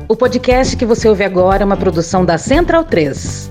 O podcast que você ouve agora é uma produção da Central 3.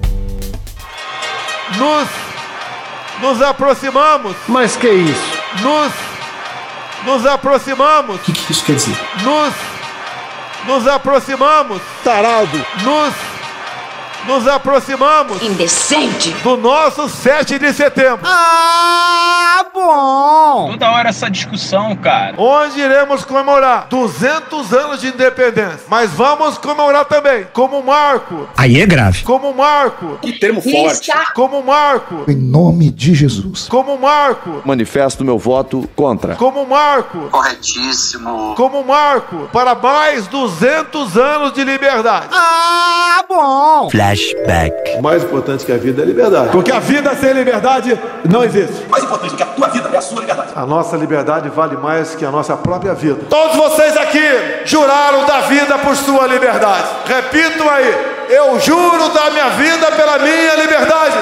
Nos aproximamos. Mas que isso? Nos aproximamos. O que isso quer dizer? Nos aproximamos. Tarado. Nos aproximamos. Indecente. Do nosso 7 de setembro. Ah, bom. Toda hora essa discussão, cara. Onde iremos comemorar 200 anos de independência. Mas vamos comemorar também como marco. Aí é grave. Como marco. Que termo forte. Como marco. Em nome de Jesus. Como marco. Manifesto meu voto contra. Como marco. Corretíssimo. Como marco para mais 200 anos de liberdade. Ah, bom. Flashback. O mais importante que a vida é a liberdade. Porque a vida sem liberdade não existe. Mais importante do que a tua vida é a sua liberdade. A nossa liberdade vale mais que a nossa própria vida. Todos vocês aqui juraram dar vida por sua liberdade. Repitam aí. Eu juro dar minha vida pela minha liberdade.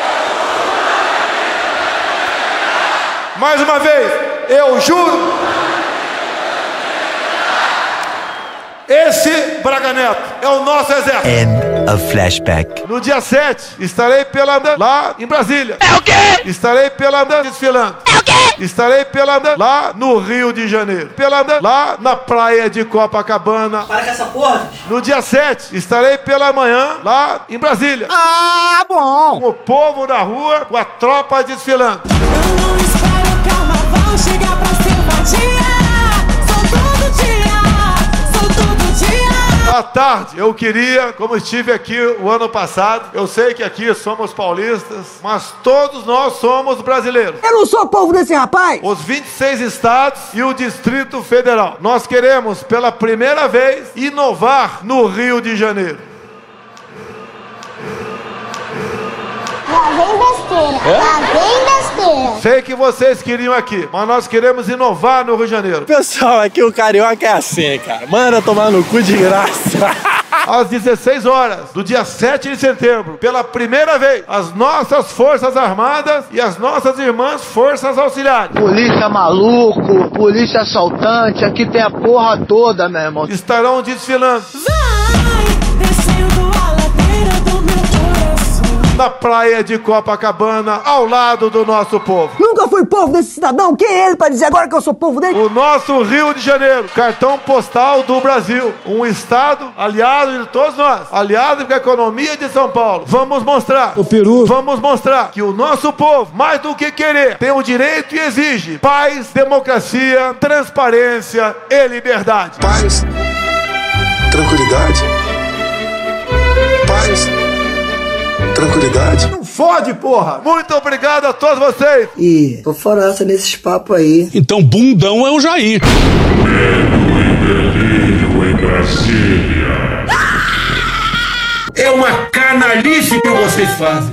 Mais uma vez. Eu juro. Esse, Braga Neto, é o nosso exército. End of flashback. No dia 7, estarei lá em Brasília. É o quê? Estarei desfilando. É o quê? Estarei lá no Rio de Janeiro. Lá na praia de Copacabana. Para com essa porra, gente. No dia 7, estarei pela manhã lá em Brasília. Ah, bom. Com o povo na rua, com a tropa desfilando. Eu não espero o carnaval chegar pra selvadia. Sou todo dia. À tarde, eu queria, como estive aqui o ano passado, eu sei que aqui somos paulistas, mas todos nós somos brasileiros. Eu não sou povo desse rapaz. Os 26 estados e o Distrito Federal. Nós queremos, pela primeira vez, inovar no Rio de Janeiro. Lá vem besteira. Sei que vocês queriam aqui, mas nós queremos inovar no Rio de Janeiro. Pessoal, aqui o carioca é assim, cara. Manda tomar no cu de graça. Às 16 horas do dia 7 de setembro, pela primeira vez, as nossas Forças Armadas e as nossas irmãs Forças Auxiliares. Polícia maluco, polícia assaltante, aqui tem a porra toda, meu irmão. Estarão desfilando. Vai descendo a ladeira do meu coração. Na praia de Copacabana, ao lado do nosso povo. Nunca fui povo desse cidadão. Quem é ele pra dizer agora que eu sou povo dele? O nosso Rio de Janeiro, cartão postal do Brasil. Um estado aliado de todos nós, aliado com a economia de São Paulo. Vamos mostrar, vamos mostrar que o nosso povo, mais do que querer, tem o direito e exige paz, democracia, transparência e liberdade. Paz, tranquilidade. Paz, tranquilidade. Não fode, porra! Muito obrigado a todos vocês! Ih, tô fora essa nesses papos aí. Então bundão é o Jair. Medo e delírio em Brasília. É uma canalice que vocês fazem.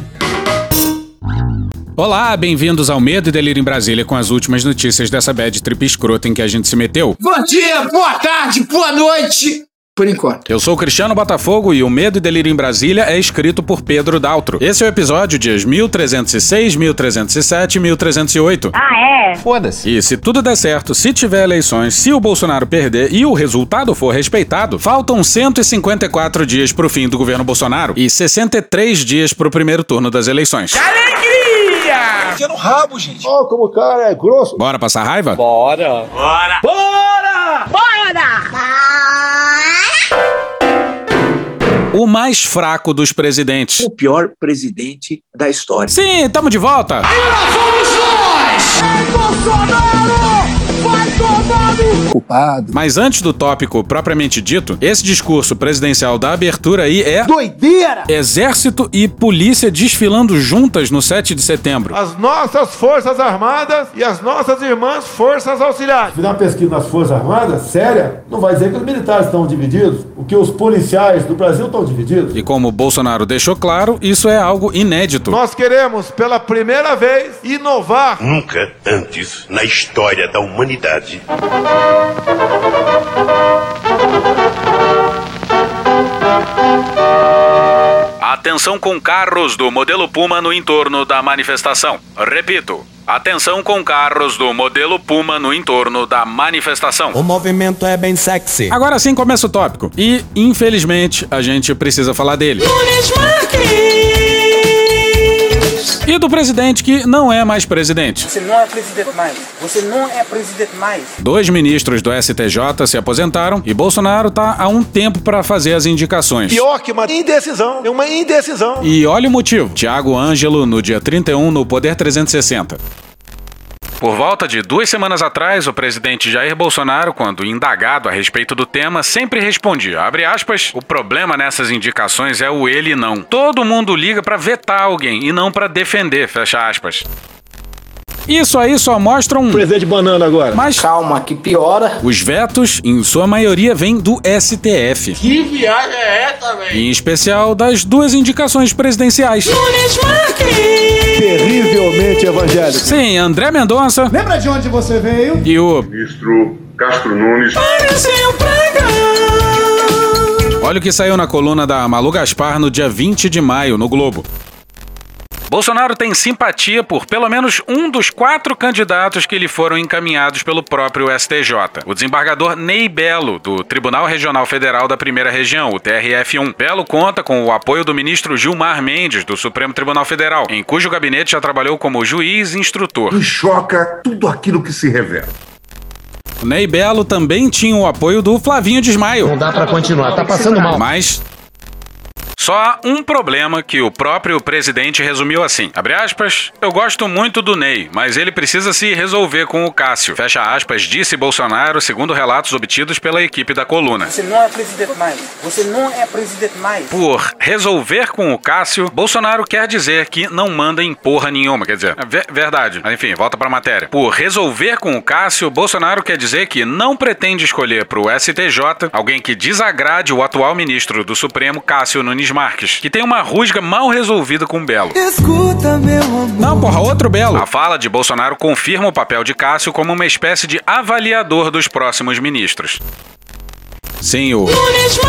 Olá, bem-vindos ao Medo e Delírio em Brasília com as últimas notícias dessa bad trip escrota em que a gente se meteu. Bom dia, boa tarde, boa noite! Por enquanto. Eu sou o Cristiano Botafogo e o Medo e Delírio em Brasília é escrito por Pedro Daltro. Esse é o episódio dias 1306, 1307 e 1308. Ah, é? Foda-se. E se tudo der certo, se tiver eleições, se o Bolsonaro perder e o resultado for respeitado, faltam 154 dias pro fim do governo Bolsonaro e 63 dias pro primeiro turno das eleições. Que alegria! Enfia no rabo, gente. Ó, como o cara é grosso. Bora passar raiva? Bora. Bora! Bora! Bora! O mais fraco dos presidentes. O pior presidente da história. Sim, tamo de volta! E lá fomos nós! Ei, Bolsonaro! Vai tomar no Culpado. Mas antes do tópico propriamente dito, esse discurso presidencial da abertura aí é... doideira! Exército e polícia desfilando juntas no 7 de setembro. As nossas Forças Armadas e as nossas irmãs Forças Auxiliares. Se fizer uma pesquisa nas Forças Armadas, séria, não vai dizer que os militares estão divididos, o que os policiais do Brasil estão divididos. E como o Bolsonaro deixou claro, isso é algo inédito. Nós queremos, pela primeira vez, inovar. Nunca antes na história da humanidade. Atenção com carros do modelo Puma no entorno da manifestação. Repito, Atenção com carros do modelo Puma no entorno da manifestação. O movimento é bem sexy. Agora sim começa o tópico. E, infelizmente, a gente precisa falar dele. Nunes Marques. E do presidente que não é mais presidente. Você não é presidente mais. Você não é presidente mais. 2 ministros do STJ se aposentaram e Bolsonaro tá há um tempo para fazer as indicações. Pior que uma indecisão. É uma indecisão. E olha o motivo. Thiago Ângelo no dia 31 no Poder 360. Por volta de 2 semanas atrás, o presidente Jair Bolsonaro, quando indagado a respeito do tema, sempre respondia, abre aspas, o problema nessas indicações é o ele e não. Todo mundo liga para vetar alguém e não para defender, fecha aspas. Isso aí só mostra um... Presidente banana agora. Mas calma, que piora. Os vetos, em sua maioria, vêm do STF. Que viagem é essa, velho? Em especial das 2 indicações presidenciais. Nunes Marques. Terrivelmente evangélico. Sim, André Mendonça. Lembra de onde você veio? E o... Ministro Castro Nunes. Pareceu Praga. Olha o que saiu na coluna da Malu Gaspar no dia 20 de maio, no Globo. Bolsonaro tem simpatia por pelo menos um dos 4 candidatos que lhe foram encaminhados pelo próprio STJ. O desembargador Ney Belo, do Tribunal Regional Federal da Primeira Região, o TRF1. Belo conta com o apoio do ministro Gilmar Mendes, do Supremo Tribunal Federal, em cujo gabinete já trabalhou como juiz e instrutor. Me choca tudo aquilo que se revela. O Ney Belo também tinha o apoio do Flavinho Desmaio. Não dá pra continuar, tá passando mal. Mas... só há um problema que o próprio presidente resumiu assim, abre aspas, eu gosto muito do Ney, mas ele precisa se resolver com o Cássio, fecha aspas, disse Bolsonaro, segundo relatos obtidos pela equipe da coluna. Você não é presidente mais. Você não é presidente mais. Por resolver com o Cássio, Bolsonaro quer dizer que não manda em porra nenhuma, quer dizer, verdade, mas enfim, volta pra matéria. Por resolver com o Cássio, Bolsonaro quer dizer que não pretende escolher pro STJ alguém que desagrade o atual ministro do Supremo, Cássio Nunes Marques, que tem uma rusga mal resolvida com Belo. Escuta, meu amor. Não, porra, outro Belo. A fala de Bolsonaro confirma o papel de Cássio como uma espécie de avaliador dos próximos ministros. Sim, o... Nunes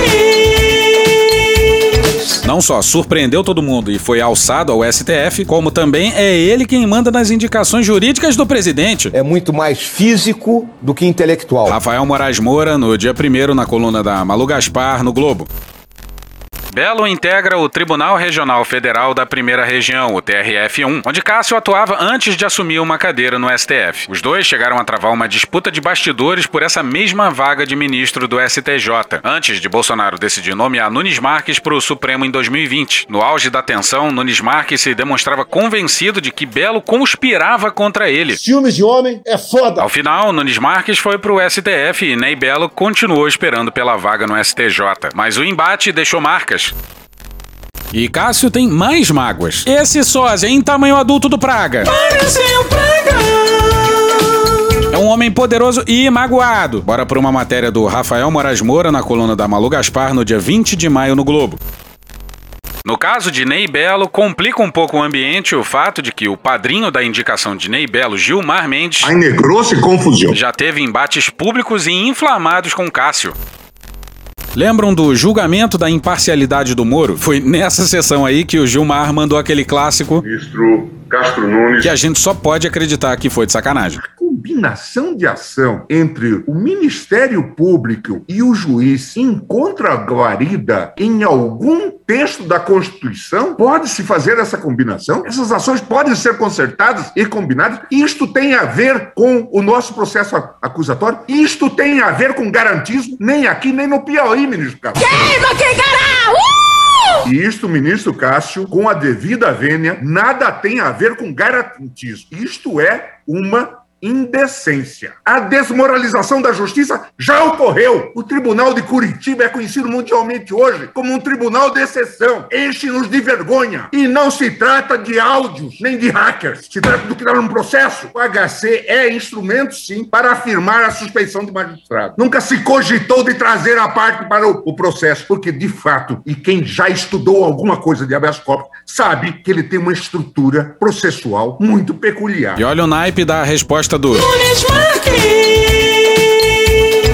Marques. Não só surpreendeu todo mundo e foi alçado ao STF, como também é ele quem manda nas indicações jurídicas do presidente. É muito mais físico do que intelectual. Rafael Moraes Moura, no dia 1º, na coluna da Malu Gaspar, no Globo. Belo integra o Tribunal Regional Federal da Primeira Região, o TRF1, onde Cássio atuava antes de assumir uma cadeira no STF. Os dois chegaram a travar uma disputa de bastidores por essa mesma vaga de ministro do STJ, antes de Bolsonaro decidir nomear Nunes Marques para o Supremo em 2020. No auge da tensão, Nunes Marques se demonstrava convencido de que Belo conspirava contra ele. Ciúmes de homem é foda. Ao final, Nunes Marques foi para o STF e Ney Belo continuou esperando pela vaga no STJ. Mas o embate deixou marcas. E Cássio tem mais mágoas. Esse sósia em tamanho adulto do Praga. Pareceu Praga. É um homem poderoso e magoado. Bora por uma matéria do Rafael Moraes Moura na coluna da Malu Gaspar no dia 20 de maio no Globo. No caso de Ney Belo, complica um pouco o ambiente o fato de que o padrinho da indicação de Ney Belo, Gilmar Mendes, Negrou-se confusão. Já teve embates públicos e inflamados com Cássio. Lembram do julgamento da imparcialidade do Moro? Foi nessa sessão aí que o Gilmar mandou aquele clássico Ministro Castro Nunes, que a gente só pode acreditar que foi de sacanagem. A combinação de ação entre o Ministério Público e o juiz encontra guarida em algum texto da Constituição? Pode-se fazer essa combinação? Essas ações podem ser consertadas e combinadas? Isto tem a ver com o nosso processo acusatório? Isto tem a ver com garantismo? Nem aqui, nem no Piauí, ministro Cássio. Queima quem cará! E isto, ministro Cássio, com a devida vênia, nada tem a ver com garantismo. Isto é uma indecência. A desmoralização da justiça já ocorreu. O Tribunal de Curitiba é conhecido mundialmente hoje como um tribunal de exceção. Enche-nos de vergonha. E não se trata de áudios, nem de hackers. Se trata do que está num processo. O HC é instrumento, sim, para afirmar a suspeição de magistrado. Nunca se cogitou de trazer a parte para o processo, porque, de fato, e quem já estudou alguma coisa de habeas corpus, sabe que ele tem uma estrutura processual muito peculiar. E olha o naipe da resposta do... Nunes Marques.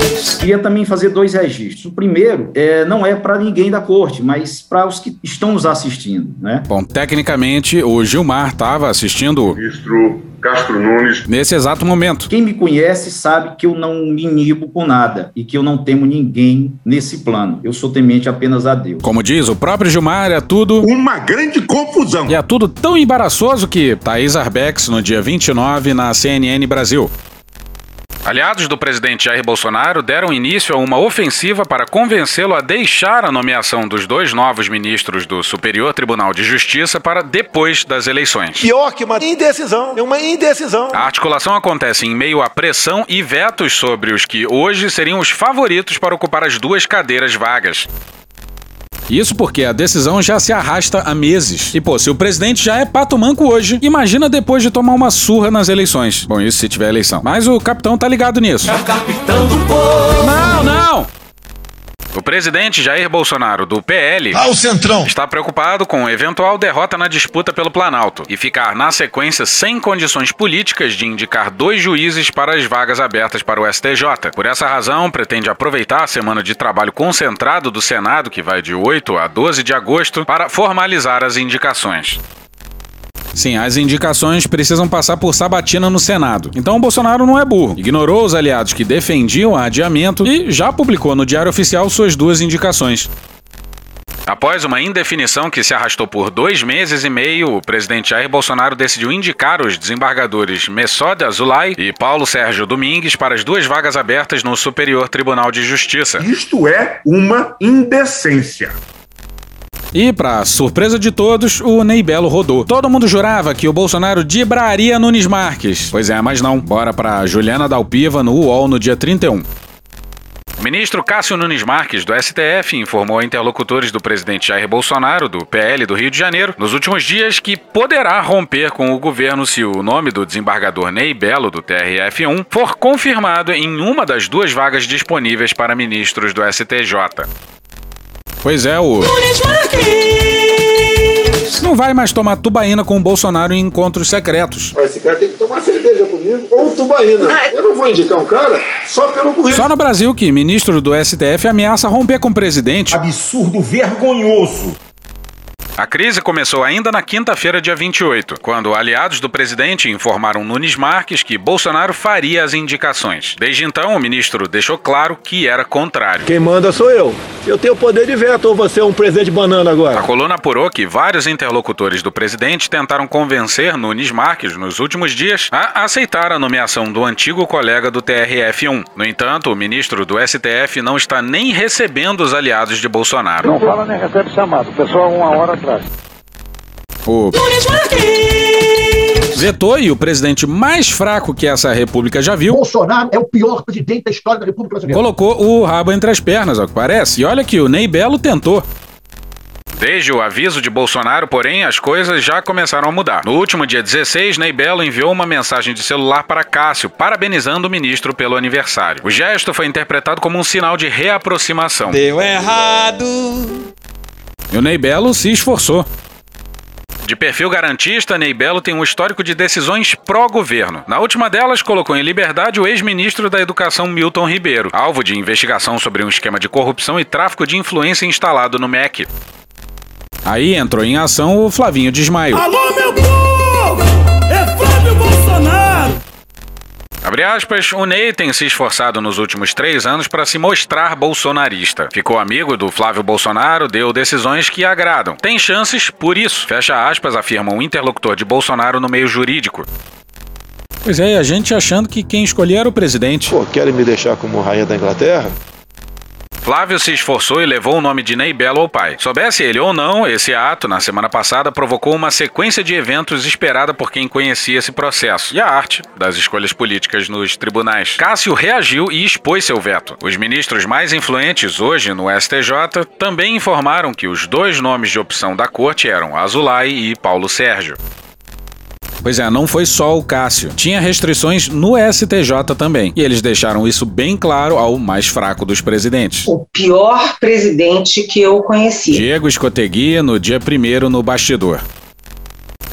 queria também fazer 2 registros. O primeiro não é para ninguém da corte, mas para os que estão nos assistindo, né? Bom, tecnicamente, o Gilmar estava assistindo o ministro Castro Nunes nesse exato momento. Quem me conhece sabe que eu não me inibo com nada e que eu não temo ninguém nesse plano. Eu sou temente apenas a Deus. Como diz o próprio Gilmar, é tudo uma grande confusão. E é tudo tão embaraçoso que Thaís Arbex, no dia 29, na CNN Brasil. Aliados do presidente Jair Bolsonaro deram início a uma ofensiva para convencê-lo a deixar a nomeação dos 2 novos ministros do Superior Tribunal de Justiça para depois das eleições. Pior que uma indecisão. É uma indecisão. A articulação acontece em meio à pressão e vetos sobre os que hoje seriam os favoritos para ocupar as 2 cadeiras vagas. Isso porque a decisão já se arrasta há meses. E, pô, se o presidente já é pato manco hoje, imagina depois de tomar uma surra nas eleições. Bom, isso se tiver eleição. Mas o capitão tá ligado nisso. É o capitão do povo. Não! O presidente Jair Bolsonaro, do PL, o Centrão, está preocupado com eventual derrota na disputa pelo Planalto e ficar, na sequência, sem condições políticas de indicar 2 juízes para as vagas abertas para o STJ. Por essa razão, pretende aproveitar a semana de trabalho concentrado do Senado, que vai de 8 a 12 de agosto, para formalizar as indicações. Sim, as indicações precisam passar por sabatina no Senado. Então o Bolsonaro não é burro. Ignorou os aliados que defendiam o adiamento e já publicou no Diário Oficial suas 2 indicações. Após uma indefinição que se arrastou por 2 meses e meio, o presidente Jair Bolsonaro decidiu indicar os desembargadores Messode Azulay e Paulo Sérgio Domingues para as 2 vagas abertas no Superior Tribunal de Justiça. Isto é uma indecência. E, pra surpresa de todos, o Ney Belo rodou. Todo mundo jurava que o Bolsonaro dibraria Nunes Marques. Pois é, mas não. Bora pra Juliana Dalpiva no UOL no dia 31. O ministro Cássio Nunes Marques, do STF, informou a interlocutores do presidente Jair Bolsonaro, do PL do Rio de Janeiro, nos últimos dias que poderá romper com o governo se o nome do desembargador Ney Belo, do TRF1, for confirmado em uma das 2 vagas disponíveis para ministros do STJ. Pois é, o Nunes Marques não vai mais tomar tubaína com o Bolsonaro em encontros secretos. Esse cara tem que tomar cerveja comigo ou tubaína. Eu não vou indicar um cara só pelo currículo. Só no Brasil que ministro do STF ameaça romper com o presidente. Absurdo, vergonhoso. A crise começou ainda na quinta-feira, dia 28, quando aliados do presidente informaram Nunes Marques que Bolsonaro faria as indicações. Desde então, o ministro deixou claro que era contrário. Quem manda sou eu. Eu tenho poder de veto ou você é um presidente banana agora? A coluna apurou que vários interlocutores do presidente tentaram convencer Nunes Marques, nos últimos dias, a aceitar a nomeação do antigo colega do TRF1. No entanto, o ministro do STF não está nem recebendo os aliados de Bolsonaro. Não fala nem recebe chamado. O pessoal 1 hora atrás. O vetou e o presidente mais fraco que essa república já viu, Bolsonaro é o pior presidente da história da República Brasileira. Colocou o rabo entre as pernas, ao que parece. E olha que o Ney Belo tentou. Desde o aviso de Bolsonaro, porém, as coisas já começaram a mudar. No último dia 16, Ney Belo enviou uma mensagem de celular para Cássio, parabenizando o ministro pelo aniversário. O gesto foi interpretado como um sinal de reaproximação. Deu errado. E o Ney Belo se esforçou. De perfil garantista, Ney Belo tem um histórico de decisões pró-governo. Na última delas, colocou em liberdade o ex-ministro da Educação Milton Ribeiro, alvo de investigação sobre um esquema de corrupção e tráfico de influência instalado no MEC. Aí entrou em ação o Flavinho Desmaio. Alô, meu povo! É Flávio Bolsonaro! Abre aspas, o Ney tem se esforçado nos últimos 3 anos para se mostrar bolsonarista. Ficou amigo do Flávio Bolsonaro, deu decisões que agradam. Tem chances por isso, fecha aspas, afirma um interlocutor de Bolsonaro no meio jurídico. Pois é, a gente achando que quem escolher era o presidente. Pô, querem me deixar como rainha da Inglaterra? Flávio se esforçou e levou o nome de Ney Belo ao pai. Soubesse ele ou não, esse ato, na semana passada, provocou uma sequência de eventos esperada por quem conhecia esse processo e a arte das escolhas políticas nos tribunais. Cássio reagiu e expôs seu veto. Os ministros mais influentes hoje no STJ também informaram que os 2 nomes de opção da corte eram Azulay e Paulo Sérgio. Pois é, não foi só o Cássio. Tinha restrições no STJ também. E eles deixaram isso bem claro ao mais fraco dos presidentes. O pior presidente que eu conheci. Diego Escotegui, no dia 1º no bastidor.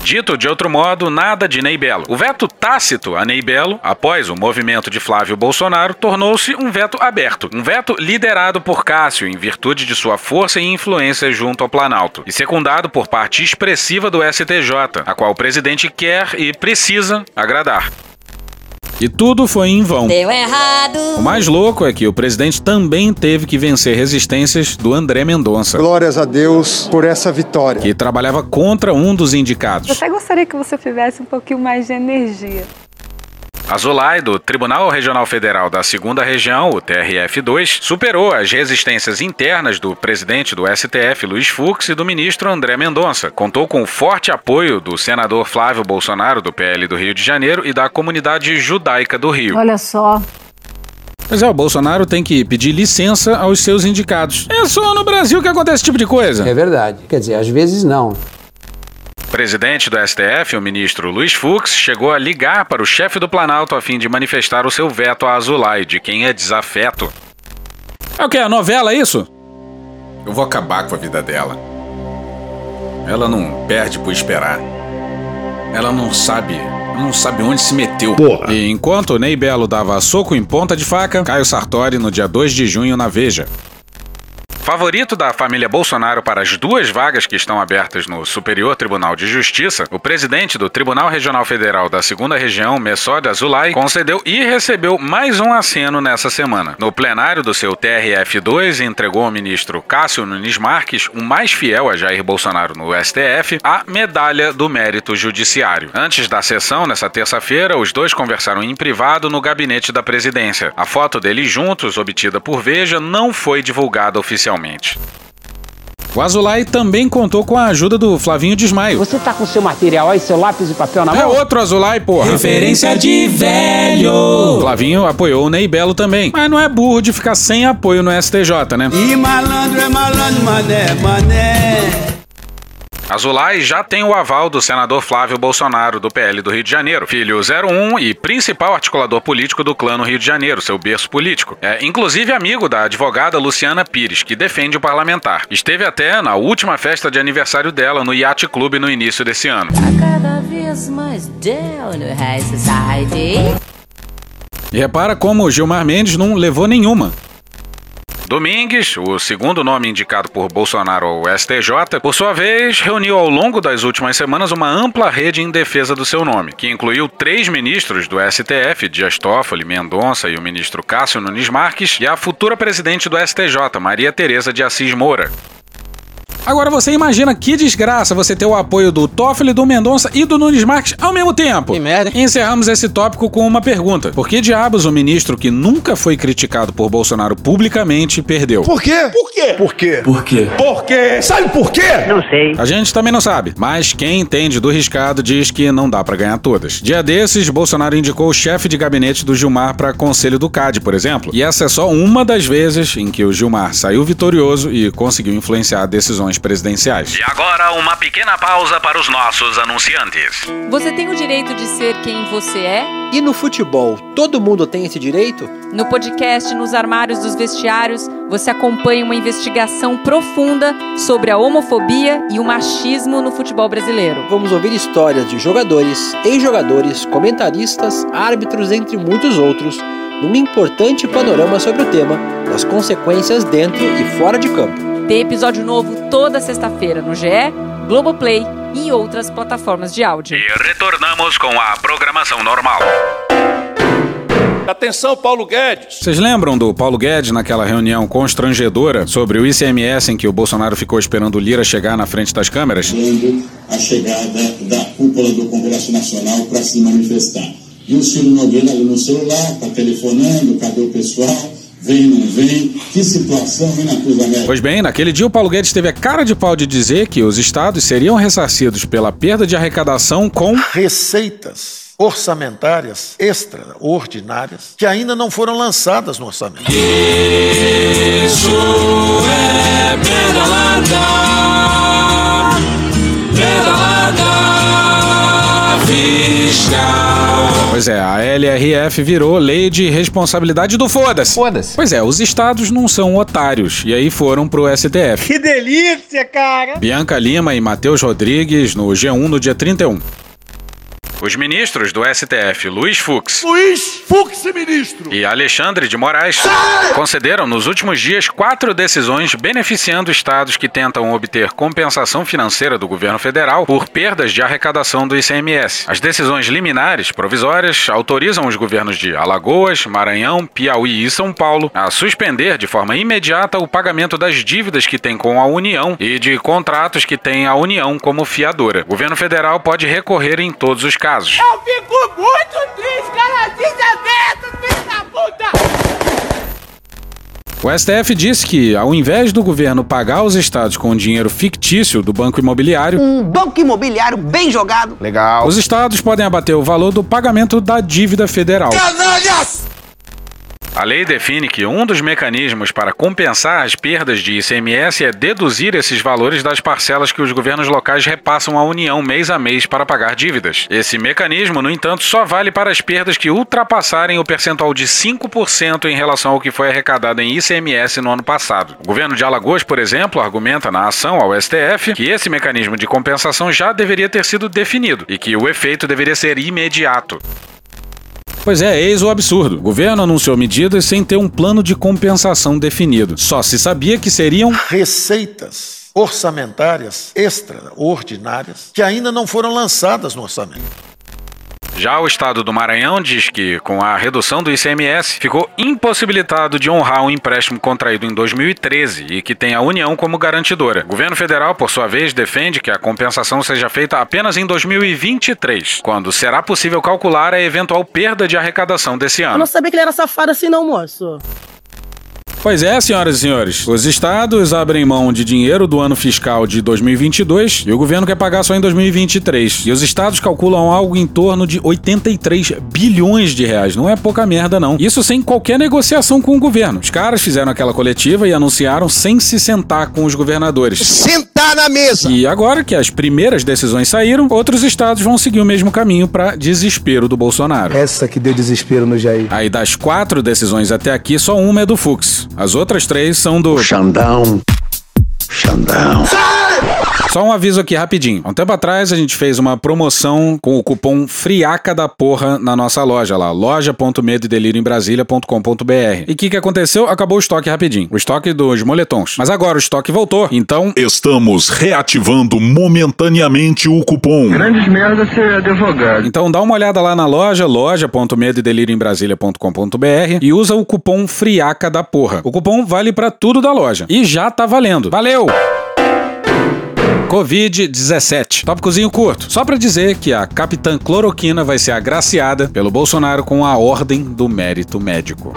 Dito de outro modo, nada de Ney Belo. O veto tácito a Ney Belo, após o movimento de Flávio Bolsonaro, tornou-se um veto aberto. Um veto liderado por Cássio, em virtude de sua força e influência junto ao Planalto, e secundado por parte expressiva do STJ, a qual o presidente quer e precisa agradar. E tudo foi em vão. Deu errado. O mais louco é que o presidente também teve que vencer resistências do André Mendonça. Glórias a Deus por essa vitória. Que trabalhava contra um dos indicados. Eu até gostaria que você tivesse um pouquinho mais de energia. A Zulay, do Tribunal Regional Federal da 2ª Região, o TRF2, superou as resistências internas do presidente do STF, Luiz Fux, e do ministro André Mendonça. Contou com o forte apoio do senador Flávio Bolsonaro, do PL do Rio de Janeiro, e da comunidade judaica do Rio. Olha só. Pois é, o Bolsonaro tem que pedir licença aos seus indicados. É só no Brasil que acontece esse tipo de coisa. É verdade. Quer dizer, às vezes não. O presidente do STF, o ministro Luiz Fux, chegou a ligar para o chefe do Planalto a fim de manifestar o seu veto a Zulay, de quem é desafeto. É o quê? A novela, é isso? Eu vou acabar com a vida dela. Ela não perde por esperar. Ela não sabe onde se meteu. Porra. E enquanto Ney Belo dava soco em ponta de faca, Caio Sartori, no dia 2 de junho, na Veja. Favorito da família Bolsonaro para as 2 vagas que estão abertas no Superior Tribunal de Justiça, o presidente do Tribunal Regional Federal da 2ª Região, Messod Zulay, concedeu e recebeu mais um aceno nessa semana. No plenário do seu TRF2, entregou ao ministro Cássio Nunes Marques, o mais fiel a Jair Bolsonaro no STF, a Medalha do Mérito Judiciário. Antes da sessão, nessa terça-feira, os dois conversaram em privado no gabinete da presidência. A foto deles juntos, obtida por Veja, não foi divulgada oficialmente. O Zulay também contou com a ajuda do Flavinho Desmaio. Você tá com seu material aí, seu lápis e papel na mão? É outro Zulay, porra. Referência de velho. Flavinho apoiou o Ney Belo também. Mas não é burro de ficar sem apoio no STJ, né? E malandro é malandro, mané. A Zulay já tem o aval do senador Flávio Bolsonaro, do PL do Rio de Janeiro, filho 01 e principal articulador político do Clã no Rio de Janeiro, seu berço político. É inclusive amigo da advogada Luciana Pires, que defende o parlamentar. Esteve até na última festa de aniversário dela no Yacht Club no início desse ano. Cada vez mais down no High Society. E repara como o Gilmar Mendes não levou nenhuma. Domingues, o segundo nome indicado por Bolsonaro ao STJ, por sua vez, reuniu ao longo das últimas semanas uma ampla rede em defesa do seu nome, que incluiu 3 ministros do STF, Dias Toffoli, Mendonça e o ministro Cássio Nunes Marques, e a futura presidente do STJ, Maria Tereza de Assis Moura. Agora você imagina que desgraça você ter o apoio do Toffoli, do Mendonça e do Nunes Marques ao mesmo tempo. Que merda. Encerramos esse tópico com uma pergunta. Por que diabos o ministro que nunca foi criticado por Bolsonaro publicamente perdeu? Por quê? Por quê? Por quê? Por quê? Por quê? Sabe por quê? Não sei. A gente também não sabe, mas quem entende do riscado diz que não dá pra ganhar todas. Dia desses, Bolsonaro indicou o chefe de gabinete do Gilmar para conselho do CAD, por exemplo. E essa é só uma das vezes em que o Gilmar saiu vitorioso e conseguiu influenciar decisões presidenciais. E agora, uma pequena pausa para os nossos anunciantes. Você tem o direito de ser quem você é? E no futebol, todo mundo tem esse direito? No podcast Nos Armários dos Vestiários, você acompanha uma investigação profunda sobre a homofobia e o machismo no futebol brasileiro. Vamos ouvir histórias de jogadores, ex-jogadores, comentaristas, árbitros, entre muitos outros, num importante panorama sobre o tema das consequências dentro e fora de campo. Tem episódio novo toda sexta-feira no GE, Globoplay e outras plataformas de áudio. E retornamos com a programação normal. Atenção, Paulo Guedes! Vocês lembram do Paulo Guedes naquela reunião constrangedora sobre o ICMS em que o Bolsonaro ficou esperando o Lira chegar na frente das câmeras? A chegada da cúpula do Congresso Nacional para se manifestar. E o Ciro Nogueira ali no celular, está telefonando, cadê o pessoal? Vem, não vem? Que situação, vem na Cruz da Guerra. Pois bem, naquele dia o Paulo Guedes teve a cara de pau de dizer que os estados seriam ressarcidos pela perda de arrecadação com receitas orçamentárias extraordinárias que ainda não foram lançadas no orçamento. Isso é pedalada, pedalada fiscal. Pois é, a LRF virou lei de responsabilidade do foda-se. Foda-se. Pois é, os estados não são otários, e aí foram pro STF. Que delícia, cara! Bianca Lima e Matheus Rodrigues no G1 no dia 31. Os ministros do STF, Luiz Fux, ministro, e Alexandre de Moraes, concederam nos últimos dias 4 decisões beneficiando estados que tentam obter compensação financeira do governo federal por perdas de arrecadação do ICMS. As decisões liminares provisórias autorizam os governos de Alagoas, Maranhão, Piauí e São Paulo a suspender de forma imediata o pagamento das dívidas que tem com a União e de contratos que tem a União como fiadora. O governo federal pode recorrer em todos os casos. Eu fico muito triste, cara, desaberto, filho da puta! O STF disse que, ao invés do governo pagar os estados com dinheiro fictício do Banco Imobiliário... Um banco imobiliário bem jogado. Legal. Os estados podem abater o valor do pagamento da dívida federal. Canalhas! A lei define que um dos mecanismos para compensar as perdas de ICMS é deduzir esses valores das parcelas que os governos locais repassam à União mês a mês para pagar dívidas. Esse mecanismo, no entanto, só vale para as perdas que ultrapassarem o percentual de 5% em relação ao que foi arrecadado em ICMS no ano passado. O governo de Alagoas, por exemplo, argumenta na ação ao STF que esse mecanismo de compensação já deveria ter sido definido e que o efeito deveria ser imediato. Pois é, eis o absurdo. O governo anunciou medidas sem ter um plano de compensação definido. Só se sabia que seriam receitas orçamentárias extraordinárias que ainda não foram lançadas no orçamento. Já o estado do Maranhão diz que, com a redução do ICMS, ficou impossibilitado de honrar um empréstimo contraído em 2013 e que tem a União como garantidora. O governo federal, por sua vez, defende que a compensação seja feita apenas em 2023, quando será possível calcular a eventual perda de arrecadação desse ano. Eu não sabia que ele era safado assim não, moço. Pois é, senhoras e senhores, os estados abrem mão de dinheiro do ano fiscal de 2022 e o governo quer pagar só em 2023. E os estados calculam algo em torno de 83 bilhões de reais. Não é pouca merda, não. Isso sem qualquer negociação com o governo. Os caras fizeram aquela coletiva e anunciaram sem se sentar com os governadores. Sentar na mesa! E agora que as primeiras decisões saíram, outros estados vão seguir o mesmo caminho para desespero do Bolsonaro. Essa que deu desespero no Jair. Aí das 4 decisões até aqui, só uma é do Fux. As outras 3 são do Xandão. Só um aviso aqui rapidinho. Há um tempo atrás a gente fez uma promoção com o cupom FRIACA da porra na nossa loja lá, loja.medoedelirioembrasilha.com.br. E o que aconteceu? Acabou o estoque rapidinho. O estoque dos moletons. Mas agora o estoque voltou, então... Estamos reativando momentaneamente o cupom. Grandes merda ser advogado. Então dá uma olhada lá na loja, loja.medoedelirioembrasilha.com.br e usa o cupom FRIACA da porra. O cupom vale pra tudo da loja. E já tá valendo. Valeu! Covid-17. Tópicozinho curto. Só pra dizer que a Capitã Cloroquina vai ser agraciada pelo Bolsonaro com a Ordem do Mérito Médico.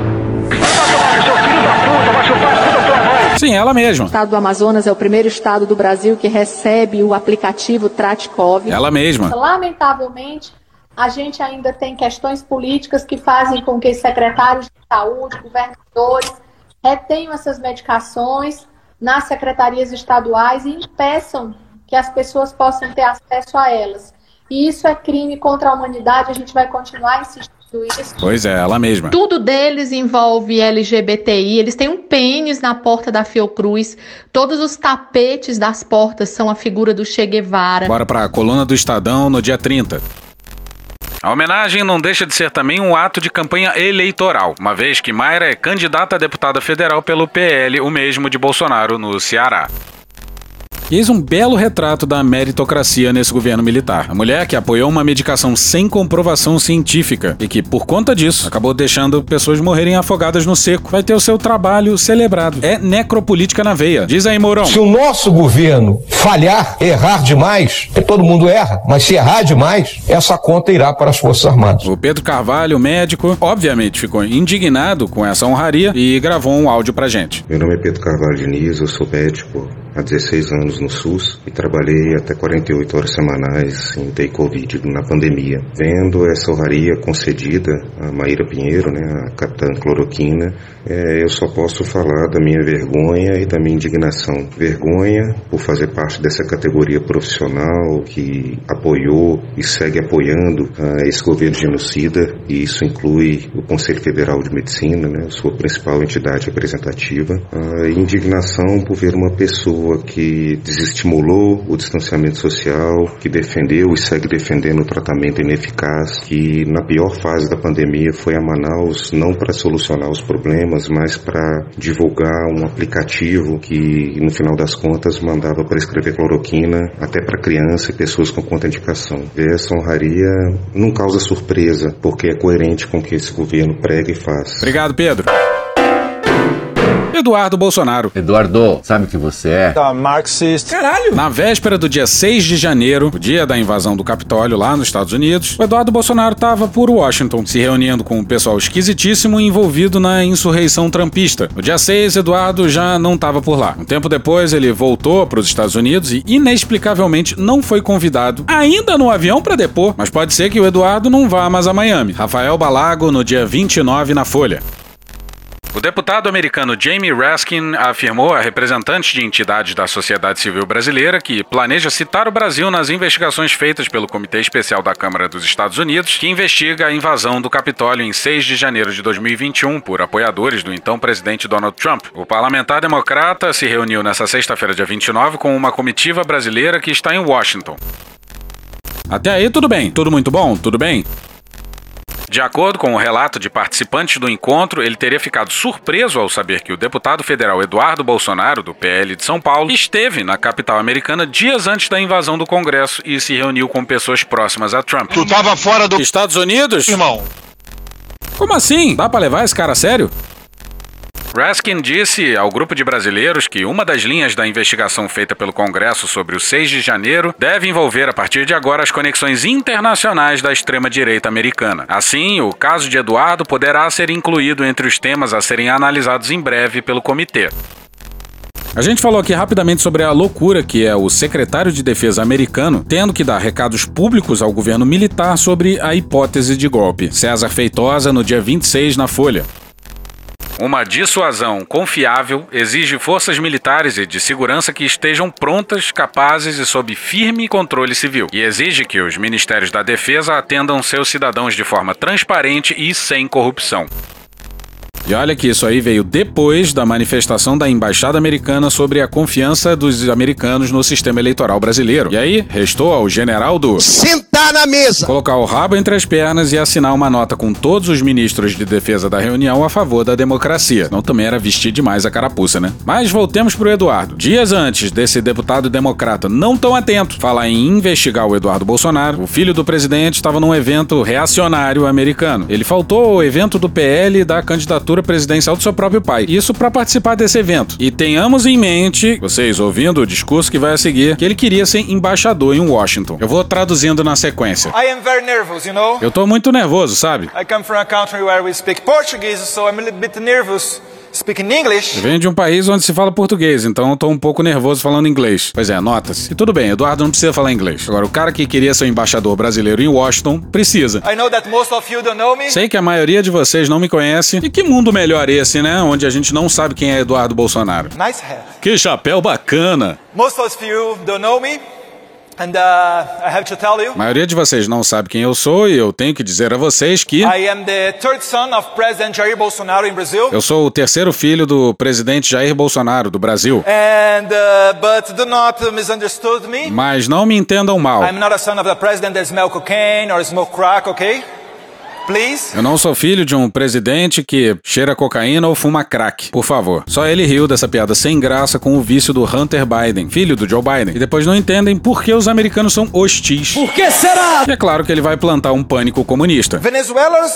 Sim, ela mesma. O estado do Amazonas é o primeiro estado do Brasil que recebe o aplicativo TrateCovid. Ela mesma. Lamentavelmente, a gente ainda tem questões políticas que fazem com que secretários de saúde, governadores, retenham essas medicações nas secretarias estaduais e impeçam que as pessoas possam ter acesso a elas. E isso é crime contra a humanidade, a gente vai continuar insistindo isso. Pois é, ela mesma. Tudo deles envolve LGBTI, eles têm um pênis na porta da Fiocruz, todos os tapetes das portas são a figura do Che Guevara. Bora pra coluna do Estadão no dia 30. A homenagem não deixa de ser também um ato de campanha eleitoral, uma vez que Mayra é candidata a deputada federal pelo PL, o mesmo de Bolsonaro no Ceará. Eis um belo retrato da meritocracia nesse governo militar. A mulher que apoiou uma medicação sem comprovação científica e que, por conta disso, acabou deixando pessoas morrerem afogadas no seco, vai ter o seu trabalho celebrado. É necropolítica na veia. Diz aí, Mourão. Se o nosso governo falhar, errar demais, todo mundo erra, mas se errar demais, essa conta irá para as Forças Armadas. O Pedro Carvalho, médico, obviamente ficou indignado com essa honraria e gravou um áudio pra gente. Meu nome é Pedro Carvalho Diniz, eu sou médico há 16 anos no SUS e trabalhei até 48 horas semanais em UTI Covid na pandemia. Vendo essa honraria concedida a Maíra Pinheiro, né, a capitã Cloroquina, eu só posso falar da minha vergonha e da minha indignação. Vergonha por fazer parte dessa categoria profissional que apoiou e segue apoiando esse governo genocida, e isso inclui o Conselho Federal de Medicina, né, sua principal entidade representativa. Indignação por ver uma pessoa que desestimulou o distanciamento social, que defendeu e segue defendendo o tratamento ineficaz, que na pior fase da pandemia foi a Manaus não para solucionar os problemas, mas para divulgar um aplicativo que, no final das contas, mandava prescrever cloroquina até para criança e pessoas com contraindicação. Essa honraria não causa surpresa, porque é coerente com o que esse governo prega e faz. Obrigado, Pedro. Eduardo Bolsonaro. Eduardo, sabe o que você é? Tá marxista. Caralho! Na véspera do dia 6 de janeiro, o dia da invasão do Capitólio lá nos Estados Unidos, o Eduardo Bolsonaro estava por Washington, se reunindo com um pessoal esquisitíssimo envolvido na insurreição trumpista. No dia 6, Eduardo já não estava por lá. Um tempo depois, ele voltou para os Estados Unidos e, inexplicavelmente, não foi convidado ainda no avião para depor. Mas pode ser que o Eduardo não vá mais a Miami. Rafael Balago, no dia 29, na Folha. O deputado americano Jamie Raskin afirmou a representantes de entidades da sociedade civil brasileira que planeja citar o Brasil nas investigações feitas pelo Comitê Especial da Câmara dos Estados Unidos, que investiga a invasão do Capitólio em 6 de janeiro de 2021 por apoiadores do então presidente Donald Trump. O parlamentar democrata se reuniu nesta sexta-feira, dia 29, com uma comitiva brasileira que está em Washington. Até aí tudo bem? Tudo muito bom? Tudo bem? De acordo com o relato de participantes do encontro, ele teria ficado surpreso ao saber que o deputado federal Eduardo Bolsonaro, do PL de São Paulo, esteve na capital americana dias antes da invasão do Congresso e se reuniu com pessoas próximas a Trump. Tu tava fora do Estados Unidos? Irmão. Como assim? Dá pra levar esse cara a sério? Raskin disse ao grupo de brasileiros que uma das linhas da investigação feita pelo Congresso sobre o 6 de janeiro deve envolver, a partir de agora, as conexões internacionais da extrema-direita americana. Assim, o caso de Eduardo poderá ser incluído entre os temas a serem analisados em breve pelo comitê. A gente falou aqui rapidamente sobre a loucura que é o secretário de Defesa americano tendo que dar recados públicos ao governo militar sobre a hipótese de golpe. César Feitosa, no dia 26, na Folha. Uma dissuasão confiável exige forças militares e de segurança que estejam prontas, capazes e sob firme controle civil. E exige que os ministérios da defesa atendam seus cidadãos de forma transparente e sem corrupção. E olha que isso aí veio depois da manifestação da embaixada americana sobre a confiança dos americanos no sistema eleitoral brasileiro. E aí, restou ao general do sentar na mesa, colocar o rabo entre as pernas e assinar uma nota com todos os ministros de defesa da reunião a favor da democracia. Não também era vestir demais a carapuça, né? Mas voltemos pro Eduardo. Dias antes desse deputado democrata não tão atento falar em investigar o Eduardo Bolsonaro, o filho do presidente estava num evento reacionário americano. Ele faltou ao evento do PL da candidatura presidencial do seu próprio pai. Isso para participar desse evento. E tenhamos em mente, vocês ouvindo o discurso que vai a seguir, que ele queria ser embaixador em Washington. Eu vou traduzindo na sequência. I am very nervous, you know? Eu tô muito nervoso, sabe? I come from a country where we speak Portuguese, so I'm a little bit nervous speaking English. Eu venho de um país onde se fala português, então eu tô um pouco nervoso falando inglês. Pois é, nota-se. E tudo bem, Eduardo não precisa falar inglês. Agora, o cara que queria ser embaixador brasileiro em Washington, precisa. I know that most of you don't know me. Sei que a maioria de vocês não me conhece. E que mundo melhor esse, né? Onde a gente não sabe quem é Eduardo Bolsonaro. Nice hat. Que chapéu bacana. Most of you don't know me. And I have to tell you, a maioria de vocês não sabe quem eu sou e eu tenho que dizer a vocês que I am the third son of President Jair Bolsonaro in Brazil. Eu sou o terceiro filho do presidente Jair Bolsonaro do Brasil. And but do not misunderstood me. Mas não me entendam mal. I'm not a son of the president that smoke cocaine or smoke crack, okay? Please. Eu não sou filho de um presidente que cheira cocaína ou fuma crack, por favor. Só ele riu dessa piada sem graça com o vício do Hunter Biden, filho do Joe Biden. E depois não entendem por que os americanos são hostis. Por que será? E é claro que ele vai plantar um pânico comunista. Venezuelans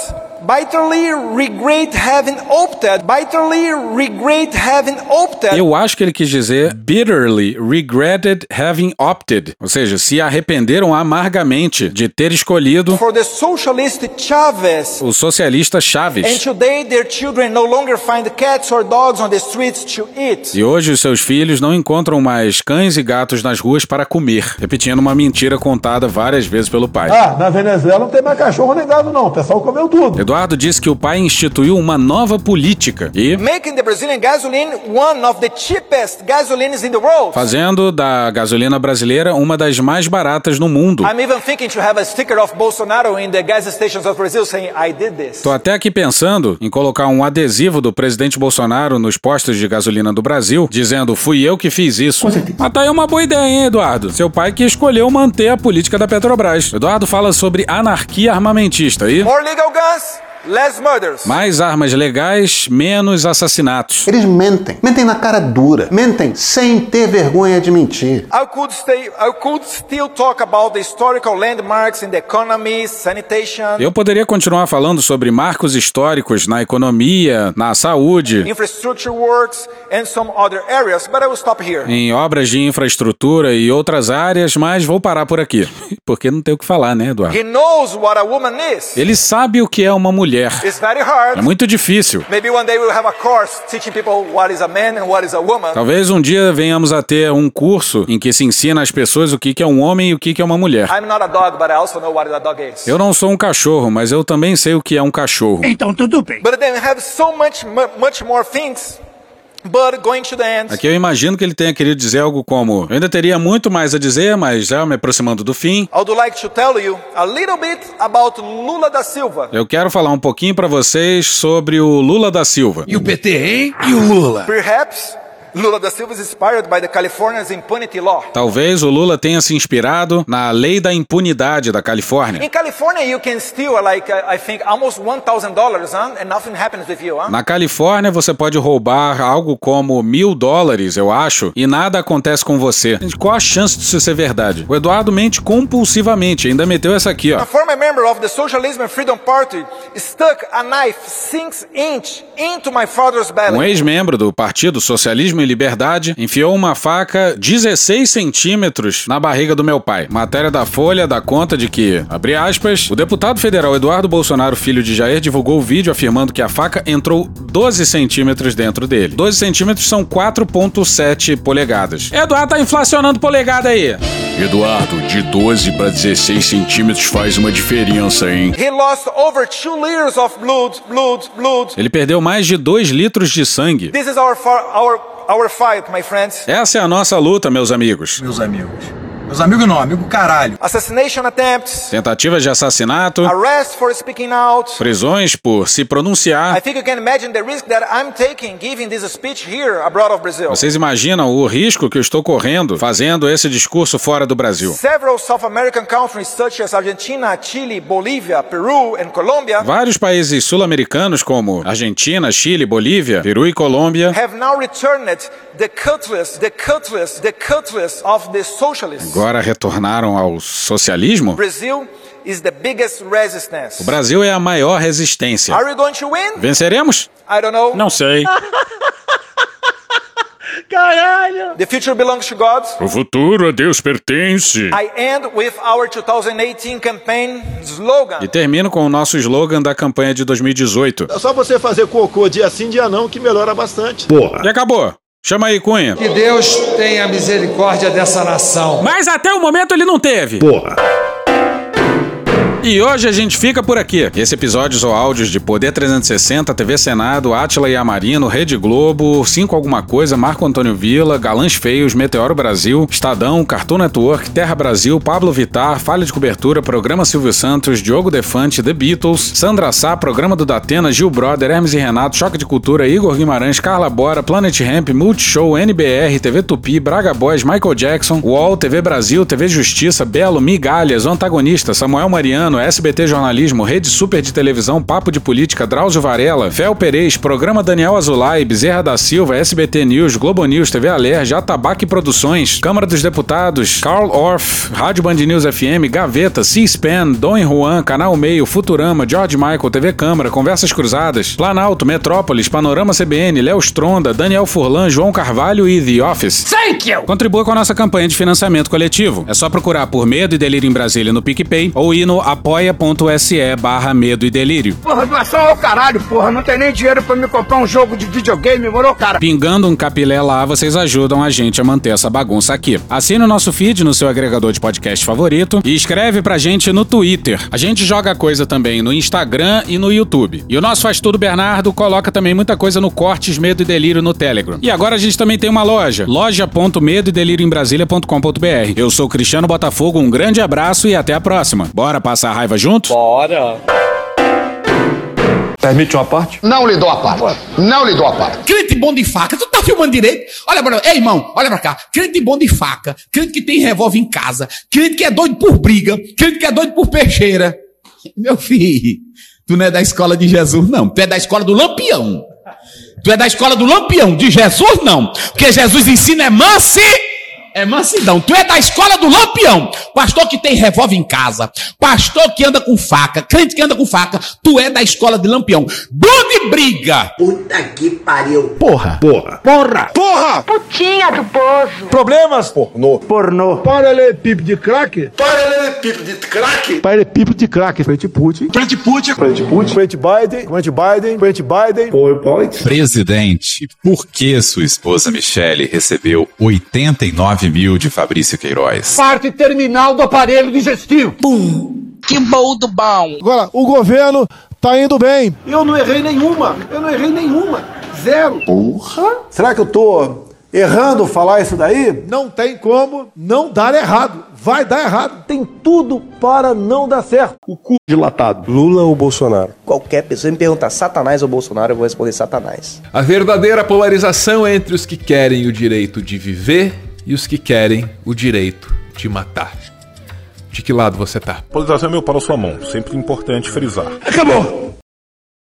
bitterly regret having opted. Bitterly regret having opted. Eu acho que ele quis dizer bitterly regretted having opted. Ou seja, se arrependeram amargamente de ter escolhido for the socialist Chavez. O socialista Chaves. And today their children no longer find cats or dogs on the streets to eat. E hoje os seus filhos não encontram mais cães e gatos nas ruas para comer, repetindo uma mentira contada várias vezes pelo pai. Na Venezuela não tem mais cachorro nem gado não, o pessoal comeu tudo. Eduardo disse que o pai instituiu uma nova política e making the Brazilian gasoline one of the cheapest gasolines in the world. Fazendo da gasolina brasileira uma das mais baratas no mundo. I'm even thinking to have a sticker of Bolsonaro in the gas stations of Brazil saying I did this. Tô até aqui pensando em colocar um adesivo do presidente Bolsonaro nos postos de gasolina do Brasil, dizendo fui eu que fiz isso. Mas tá aí uma boa ideia, hein, Eduardo? Seu pai que escolheu manter a política da Petrobras. Eduardo fala sobre anarquia armamentista e more legal guns, less murders. Mais armas legais, menos assassinatos. Eles mentem. Mentem na cara dura. Mentem sem ter vergonha de mentir. I could still talk about the historical landmarks in the economy, sanitation. Eu poderia continuar falando sobre marcos históricos na economia, na saúde, infrastructure works and some other areas, but I will stop here. Em obras de infraestrutura e outras áreas, mas vou parar por aqui. Porque não tem o que falar, né, Eduardo? He knows what a woman is. Ele sabe o que é uma mulher. It's very hard. É muito difícil. Maybe one day we'll have a course teaching people what is a man and what is a woman. Talvez um dia venhamos a ter um curso em que se ensina às pessoas o que é um homem e o que é uma mulher. I'm not a dog, but I also know what a dog is. Eu não sou um cachorro, mas eu também sei o que é um cachorro. Então tudo bem. But then we have so much more things. But going to the end. Aqui eu imagino que ele tenha querido dizer algo como: eu ainda teria muito mais a dizer, mas já me aproximando do fim. I would like to tell you a little bit about Lula da Silva. Eu quero falar um pouquinho para vocês sobre o Lula da Silva. E o PT, hein? E o Lula? Perhaps Lula da Silva is inspired by the California's impunity law. Talvez o Lula tenha se inspirado na lei da impunidade da Califórnia. In California you can steal I think almost $1,000, and nothing happens with you, Na Califórnia você pode roubar algo como $1.000, eu acho, e nada acontece com você. Qual a chance disso ser verdade? O Eduardo mente compulsivamente, ainda meteu essa aqui, ó. A former member of the Socialism and Freedom Party stuck a knife 6 inches into my father's belly. Um ex-membro do Partido Socialismo e Liberdade enfiou uma faca 16 centímetros na barriga do meu pai. Matéria da Folha dá conta de que, abre aspas, o deputado federal Eduardo Bolsonaro, filho de Jair, divulgou o vídeo afirmando que a faca entrou 12 centímetros dentro dele. 12 centímetros são 4,7 polegadas. Eduardo tá inflacionando polegada aí. Eduardo, de 12 para 16 centímetros faz uma diferença, hein? He lost over 2 liters of blood. Ele perdeu mais de 2 litros de sangue. This is our fight, my friends. Essa é a nossa luta, meus amigos. Meus amigos. Meus amigos não, amigo caralho. Assassination attempts. Tentativas de assassinato. Arrest for speaking out. Prisões por se pronunciar. I think you can imagine the risk that I'm taking giving this speech here abroad of Brazil. Vocês imaginam o risco que eu estou correndo fazendo esse discurso fora do Brasil? Several South American countries such as Argentina, Chile, Bolívia, Peru and Colombia. Vários países sul-americanos como Argentina, Chile, Bolívia, Peru e Colômbia have now returned the cutlass of the socialists. Agora retornaram ao socialismo? Brazil is the biggest resistance. O Brasil é a maior resistência. Are we going to win? Venceremos? I don't know. Não sei. Caralho! The future belongs to God. O futuro a Deus pertence. I end with our 2018 campaign slogan. E termino com o nosso slogan da campanha de 2018. É só você fazer cocô dia sim, dia não, que melhora bastante. Porra. E acabou. Chama aí, Cunha. Que Deus tenha misericórdia dessa nação. Mas até o momento ele não teve. Porra. E hoje a gente fica por aqui. Esse episódio ou áudios de Poder 360, TV Senado, Átila e Amarino, Rede Globo, 5 Alguma Coisa, Marco Antônio Villa, Galãs Feios, Meteoro Brasil, Estadão, Cartoon Network, Terra Brasil, Pablo Vittar, Falha de Cobertura, Programa Silvio Santos, Diogo Defante, The Beatles, Sandra Sá, Programa do Datena, Gil Brother, Hermes e Renato, Choque de Cultura, Igor Guimarães, Carla Bora, Planet Ramp, Multishow, NBR, TV Tupi, Braga Boys, Michael Jackson, UOL, TV Brasil, TV Justiça, Belo, Migalhas, O Antagonista, Samuel Mariano, Cotidiano, SBT Jornalismo, Rede Super de Televisão, Papo de Política, Drauzio Varela, Fel Perez, Programa Daniel Azulay, Bezerra da Silva, SBT News, Globo News, TV Alerj, Atabaque Produções, Câmara dos Deputados, Carl Orff, Rádio Band News FM, Gaveta, C-SPAN, Dom e Juan, Canal Meio, Futurama, George Michael, TV Câmara, Conversas Cruzadas, Planalto, Metrópolis, Panorama CBN, Léo Stronda, Daniel Furlan, João Carvalho e The Office. Thank you! Contribua com a nossa campanha de financiamento coletivo. É só procurar por Medo e Delírio em Brasília no PicPay ou ir no apoia.se/Medo e Delírio. Porra, doação ao caralho, porra. Não tem nem dinheiro pra me comprar um jogo de videogame, moro, cara? Pingando um capilé lá, vocês ajudam a gente a manter essa bagunça aqui. Assine o nosso feed no seu agregador de podcast favorito e escreve pra gente no Twitter. A gente joga coisa também no Instagram e no YouTube. E o nosso Faz Tudo Bernardo coloca também muita coisa no Cortes Medo e Delírio no Telegram. E agora a gente também tem uma loja, loja.medoedelirioembrasilha.com.br. Eu sou o Cristiano Botafogo, um grande abraço e até a próxima. Bora passar a raiva junto? Bora! Permite uma parte? Não lhe dou a parte. Não lhe dou a parte. Crente bom de faca. Tu tá filmando direito? Olha pra... Ei, irmão, olha pra cá. Crente bom de faca. Crente que tem revólver em casa. Crente que é doido por briga. Crente que é doido por peixeira. Meu filho, tu não é da escola de Jesus, não. Tu é da escola do Lampião. Tu é da escola do Lampião. De Jesus, não. Porque Jesus ensina é mansidão. Tu é da escola do Lampião. Pastor que tem revólver em casa. Pastor que anda com faca. Crente que anda com faca. Tu é da escola de Lampião. Donde briga. Puta que pariu. Porra. Putinha do poço. Problemas? Pornô. Paralelepípedo de crack? Paralelepípedo de crack. Frente Putin. Frente Biden. Presidente, por que sua esposa Michele recebeu 89 mil de Fabrício Queiroz? Parte terminal do aparelho digestivo. Pum. Que bom do bom. Agora, o governo tá indo bem. Eu não errei nenhuma. Zero. Porra. Será que eu tô errando falar isso daí? Não tem como não dar errado. Vai dar errado. Tem tudo para não dar certo. O cu dilatado. Lula ou Bolsonaro? Qualquer pessoa me perguntar Satanás ou Bolsonaro, eu vou responder Satanás. A verdadeira polarização é entre os que querem o direito de viver e os que querem o direito de matar. De que lado você tá? Polarização é meu para a sua mão. Sempre importante frisar. Acabou.